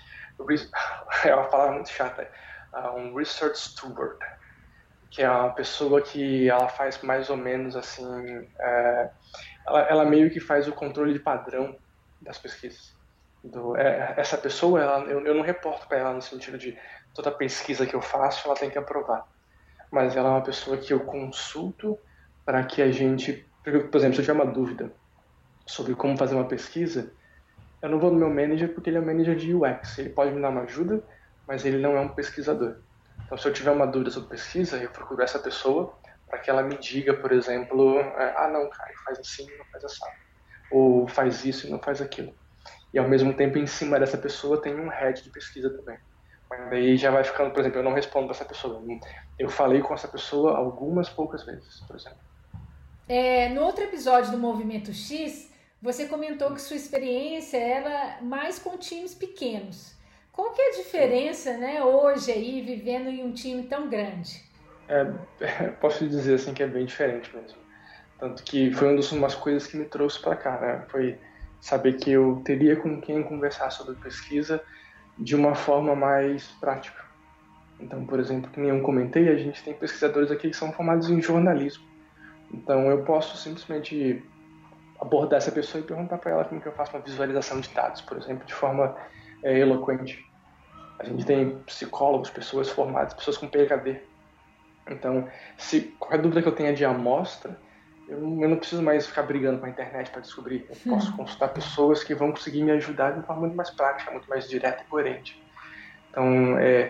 é uma palavra muito chata, um Research Steward, que é uma pessoa que ela faz mais ou menos assim, é, ela, ela meio que faz o controle de padrão das pesquisas. Do, é, essa pessoa, ela, eu, eu não reporto para ela no sentido de toda pesquisa que eu faço, ela tem que aprovar. Mas ela é uma pessoa que eu consulto para que a gente, por exemplo, se eu tiver uma dúvida sobre como fazer uma pesquisa, eu não vou no meu manager porque ele é um manager de U X. Ele pode me dar uma ajuda, mas ele não é um pesquisador. Então, se eu tiver uma dúvida sobre pesquisa, eu procuro essa pessoa para que ela me diga, por exemplo, ah, não, cara, faz assim, não faz assim. Ou faz isso e não faz aquilo. E, ao mesmo tempo, em cima dessa pessoa tem um head de pesquisa também. Mas daí já vai ficando, por exemplo, eu não respondo para essa pessoa. Eu falei com essa pessoa algumas poucas vezes, por exemplo. É, no outro episódio do Movimento X, você comentou que sua experiência era mais com times pequenos. Qual que é a diferença, né, hoje aí, vivendo em um time tão grande? É, posso dizer assim que é bem diferente mesmo. Tanto que foi uma das coisas que me trouxe para cá, né? Foi saber que eu teria com quem conversar sobre pesquisa de uma forma mais prática. Então, por exemplo, como eu comentei, a gente tem pesquisadores aqui que são formados em jornalismo. Então, eu posso simplesmente abordar essa pessoa e perguntar para ela como que eu faço uma visualização de dados, por exemplo, de forma é, eloquente. A gente tem psicólogos, pessoas formadas, pessoas com P H D. Então, se qualquer dúvida que eu tenha de amostra, eu não, eu não preciso mais ficar brigando com a internet para descobrir. Eu posso hum. consultar pessoas que vão conseguir me ajudar de uma forma muito mais prática, muito mais direta e coerente. Então, é,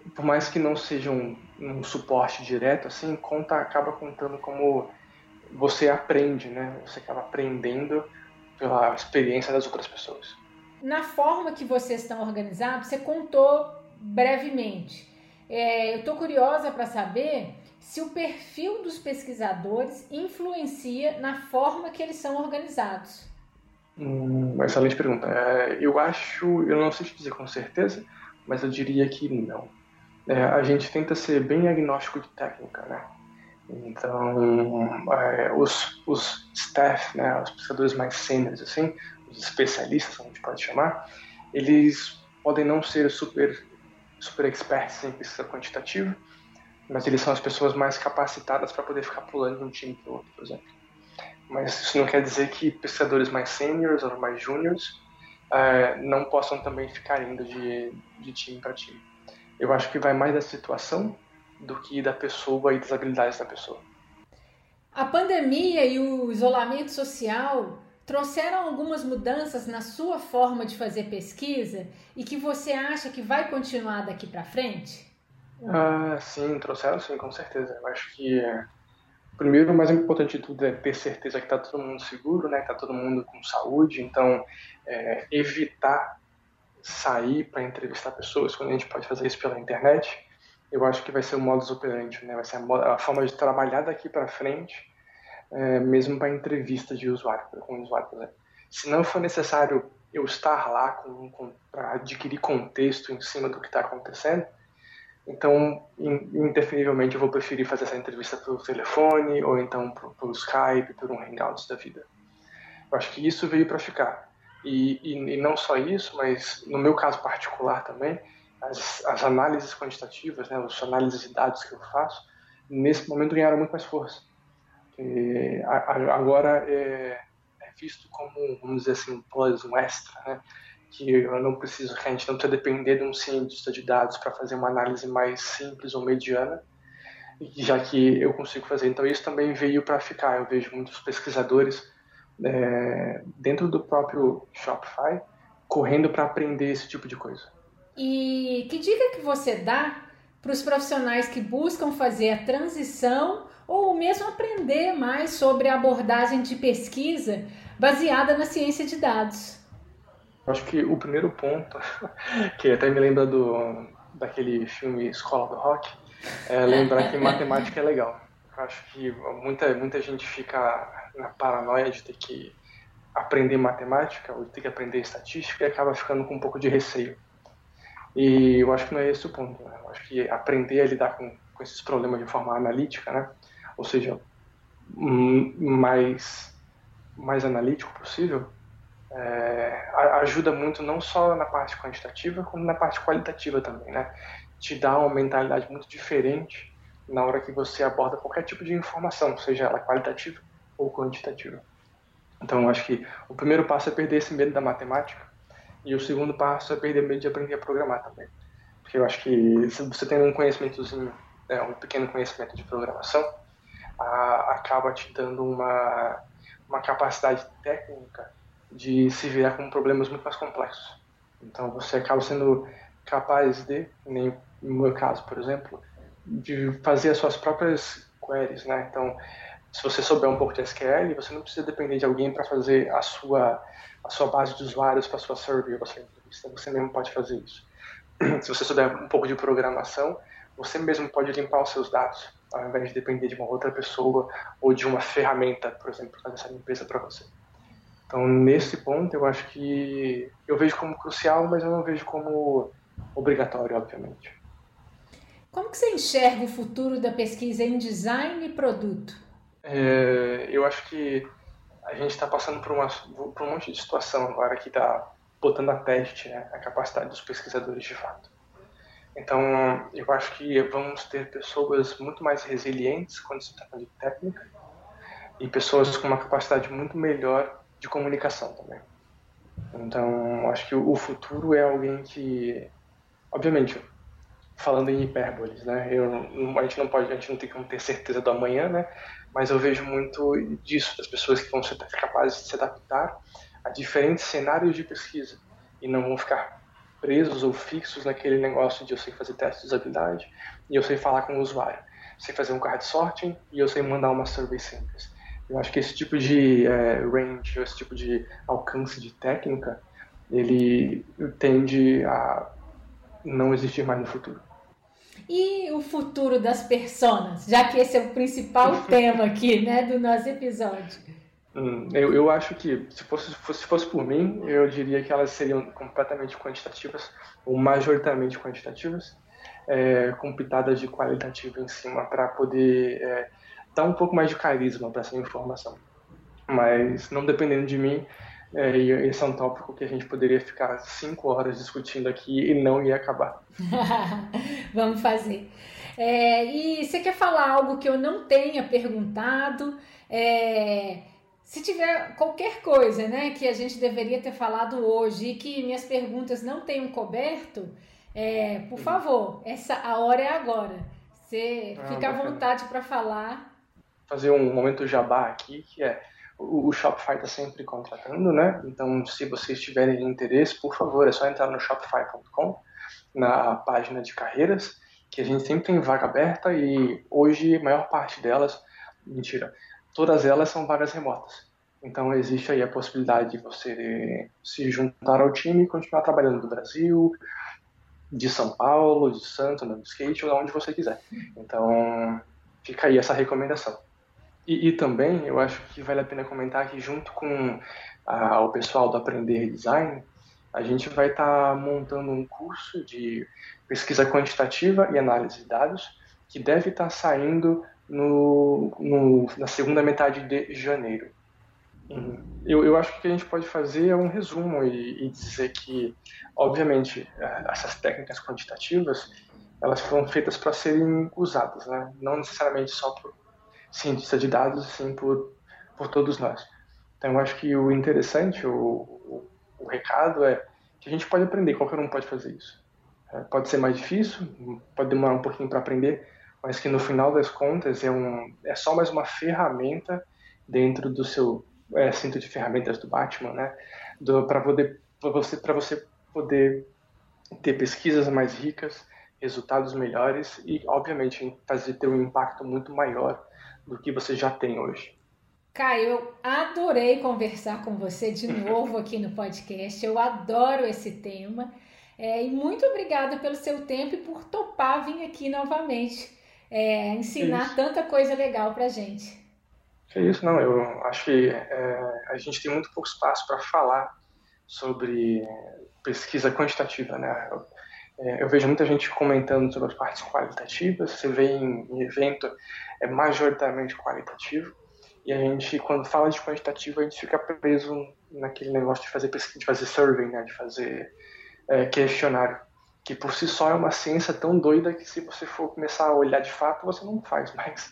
por mais que não seja um, um suporte direto, assim, conta, acaba contando como você aprende, né? Você acaba aprendendo pela experiência das outras pessoas. Na forma que vocês estão organizados, você contou brevemente. É, eu estou curiosa para saber se o perfil dos pesquisadores influencia na forma que eles são organizados. Hum, uma excelente pergunta. É, eu acho, eu não sei te dizer com certeza, mas eu diria que não. É, a gente tenta ser bem agnóstico de técnica, né? Então, é, os, os staff, né, os pesquisadores mais sêniores, assim, os especialistas, como a gente pode chamar, eles podem não ser super, super experts em pesquisa quantitativa, mas eles são as pessoas mais capacitadas para poder ficar pulando de um time para o outro, por exemplo. Mas isso não quer dizer que pesquisadores mais seniors ou mais juniors é, não possam também ficar indo de, de time para time. Eu acho que vai mais da situação do que da pessoa e das habilidades da pessoa. A pandemia e o isolamento social trouxeram algumas mudanças na sua forma de fazer pesquisa e que você acha que vai continuar daqui para frente? Ah, sim, trouxeram sim, com certeza. Eu acho que, primeiro, o mais importante de tudo é ter certeza que está todo mundo seguro, né? Que está todo mundo com saúde. Então, é, evitar sair para entrevistar pessoas quando a gente pode fazer isso pela internet. Eu acho que vai ser o modus operandi, né? Vai ser a, a forma de trabalhar daqui para frente, é, mesmo para entrevista de usuário, com usuário, por exemplo. Se não for necessário eu estar lá para adquirir contexto em cima do que está acontecendo, então, indefinivelmente, eu vou preferir fazer essa entrevista pelo telefone ou então pelo Skype, por um Hangouts da vida. Eu acho que isso veio para ficar. E, e, e não só isso, mas no meu caso particular também, as, as análises quantitativas, né, as análises de dados que eu faço, nesse momento ganharam muito mais força. E, a, a, agora é, é visto como, vamos dizer assim, um plus, um extra, né? Que eu não preciso, que a gente não precisa depender de um cientista de dados para fazer uma análise mais simples ou mediana, já que eu consigo fazer. Então isso também veio para ficar. Eu vejo muitos pesquisadores é, dentro do próprio Shopify correndo para aprender esse tipo de coisa. E que dica que você dá para os profissionais que buscam fazer a transição ou mesmo aprender mais sobre a abordagem de pesquisa baseada na ciência de dados? Acho que o primeiro ponto, que até me lembra do, daquele filme Escola do Rock, é lembrar que matemática é legal. Acho que muita, muita gente fica na paranoia de ter que aprender matemática ou de ter que aprender estatística e acaba ficando com um pouco de receio. E eu acho que não é esse o ponto, né? Eu acho que aprender a lidar com, com esses problemas de forma analítica, né? Ou seja, mais, mais analítico possível, É, ajuda muito não só na parte quantitativa, como na parte qualitativa também, né? Te dá uma mentalidade muito diferente na hora que você aborda qualquer tipo de informação, seja ela qualitativa ou quantitativa. Então, eu acho que o primeiro passo é perder esse medo da matemática e o segundo passo é perder o medo de aprender a programar também. Porque eu acho que se você tem um conhecimentozinho, né, um pequeno conhecimento de programação, a, acaba te dando uma, uma capacidade técnica de se virar com problemas muito mais complexos. Então você acaba sendo capaz de, nem no meu caso, por exemplo, de fazer as suas próprias queries, né? Então, se você souber um pouco de S Q L, você não precisa depender de alguém para fazer a sua a sua base de usuários para a sua survey ou para a sua entrevista. Você mesmo pode fazer isso. Se você souber um pouco de programação, você mesmo pode limpar os seus dados, ao invés de depender de uma outra pessoa ou de uma ferramenta, por exemplo, para fazer essa limpeza para você. Então, nesse ponto, eu acho que eu vejo como crucial, mas eu não vejo como obrigatório, obviamente. Como que você enxerga o futuro da pesquisa em design e produto? É, eu acho que a gente está passando por, uma, por um monte de situação agora que está botando a teste, né, a capacidade dos pesquisadores de fato. Então, eu acho que vamos ter pessoas muito mais resilientes quando se trata de técnica e pessoas com uma capacidade muito melhor de comunicação também. Então, acho que o futuro é alguém que, obviamente, falando em hipérboles, né? Eu, a gente não pode, a gente não tem como ter certeza do amanhã, né? Mas eu vejo muito disso, das pessoas que vão ser capazes de se adaptar a diferentes cenários de pesquisa e não vão ficar presos ou fixos naquele negócio de eu sei fazer teste de usabilidade e eu sei falar com o usuário. Sei fazer um card sorting e eu sei mandar uma survey simples. Eu acho que esse tipo de é, range, esse tipo de alcance de técnica, ele tende a não existir mais no futuro. E o futuro das personas, já que esse é o principal tema aqui, né, do nosso episódio? Hum, eu, eu acho que, se fosse, se fosse por mim, eu diria que elas seriam completamente quantitativas, ou majoritariamente quantitativas, é, com pitadas de qualitativo em cima, para poder é, dar um pouco mais de carisma para essa informação. Mas, não dependendo de mim, é, esse é um tópico que a gente poderia ficar cinco horas discutindo aqui e não ia acabar. Vamos fazer. É, e você quer falar algo que eu não tenha perguntado? É, se tiver qualquer coisa, né, que a gente deveria ter falado hoje e que minhas perguntas não tenham coberto, é, por favor, essa, a hora é agora. Você ah, fica à vontade para falar. Fazer um momento jabá aqui, que é o, o Shopify está sempre contratando, né? Então, se vocês tiverem interesse, por favor, é só entrar no shopify ponto com, na página de carreiras, que a gente sempre tem vaga aberta e hoje a maior parte delas, mentira, todas elas são vagas remotas. Então existe aí a possibilidade de você se juntar ao time e continuar trabalhando do Brasil, de São Paulo, de Santos, no skate ou onde você quiser. Então fica aí essa recomendação. E, e também eu acho que vale a pena comentar que junto com a, o pessoal do Aprender Design, a gente vai estar tá montando um curso de pesquisa quantitativa e análise de dados que deve estar tá saindo no, no, na segunda metade de janeiro. Eu, eu acho que o que a gente pode fazer é um resumo e, e dizer que, obviamente, essas técnicas quantitativas elas foram feitas para serem usadas, né? Não necessariamente só por cientistas de dados, sim por, por todos nós. Então, eu acho que o interessante, o, o, o recado é que a gente pode aprender, qualquer um pode fazer isso. É, pode ser mais difícil, pode demorar um pouquinho para aprender, mas que no final das contas é, um, é só mais uma ferramenta dentro do seu é, cinto de ferramentas do Batman, né? Para poder, para você, para você poder ter pesquisas mais ricas, resultados melhores e, obviamente, fazer ter um impacto muito maior do que você já tem hoje. Caio, eu adorei conversar com você de novo aqui no podcast. Eu adoro esse tema. É, e muito obrigada pelo seu tempo e por topar vir aqui novamente é, ensinar isso. Tanta coisa legal pra gente. É isso, não. Eu acho que é, a gente tem muito pouco espaço para falar sobre pesquisa quantitativa, né? Eu, é, eu vejo muita gente comentando sobre as partes qualitativas. Você vê em, em evento, é majoritariamente qualitativo. E a gente, quando fala de quantitativo, a gente fica preso naquele negócio de fazer pesquisa, de fazer survey, né? De fazer é, questionário, que por si só é uma ciência tão doida que se você for começar a olhar de fato, você não faz mais.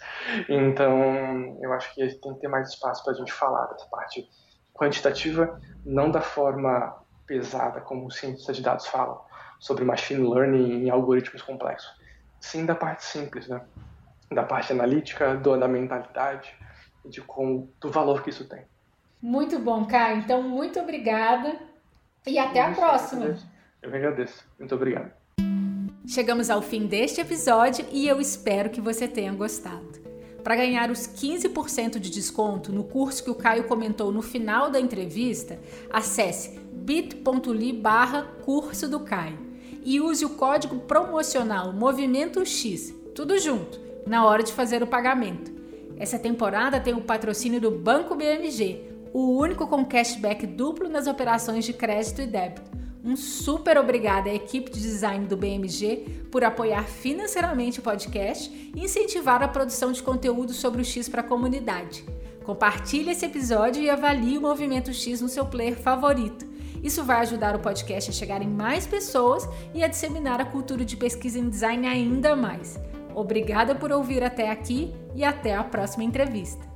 Então, eu acho que a gente tem que ter mais espaço para a gente falar dessa parte quantitativa, não da forma pesada como os cientistas de dados falam, sobre machine learning e algoritmos complexos. Sim da parte simples, né? Da parte analítica, do, da mentalidade, de como, do valor que isso tem. Muito bom, Caio. Então, muito obrigada e até a próxima. Eu que agradeço. Muito obrigado. Chegamos ao fim deste episódio e eu espero que você tenha gostado. Para ganhar os quinze por cento de desconto no curso que o Caio comentou no final da entrevista, acesse bit.ly barra curso do Caio e use o código promocional Movimento X, tudo junto, na hora de fazer o pagamento. Essa temporada tem o patrocínio do Banco B M G, o único com cashback duplo nas operações de crédito e débito. Um super obrigada à equipe de design do B M G por apoiar financeiramente o podcast e incentivar a produção de conteúdo sobre o X para a comunidade. Compartilhe esse episódio e avalie o Movimento X no seu player favorito. Isso vai ajudar o podcast a chegar em mais pessoas e a disseminar a cultura de pesquisa em design ainda mais. Obrigada por ouvir até aqui e até a próxima entrevista.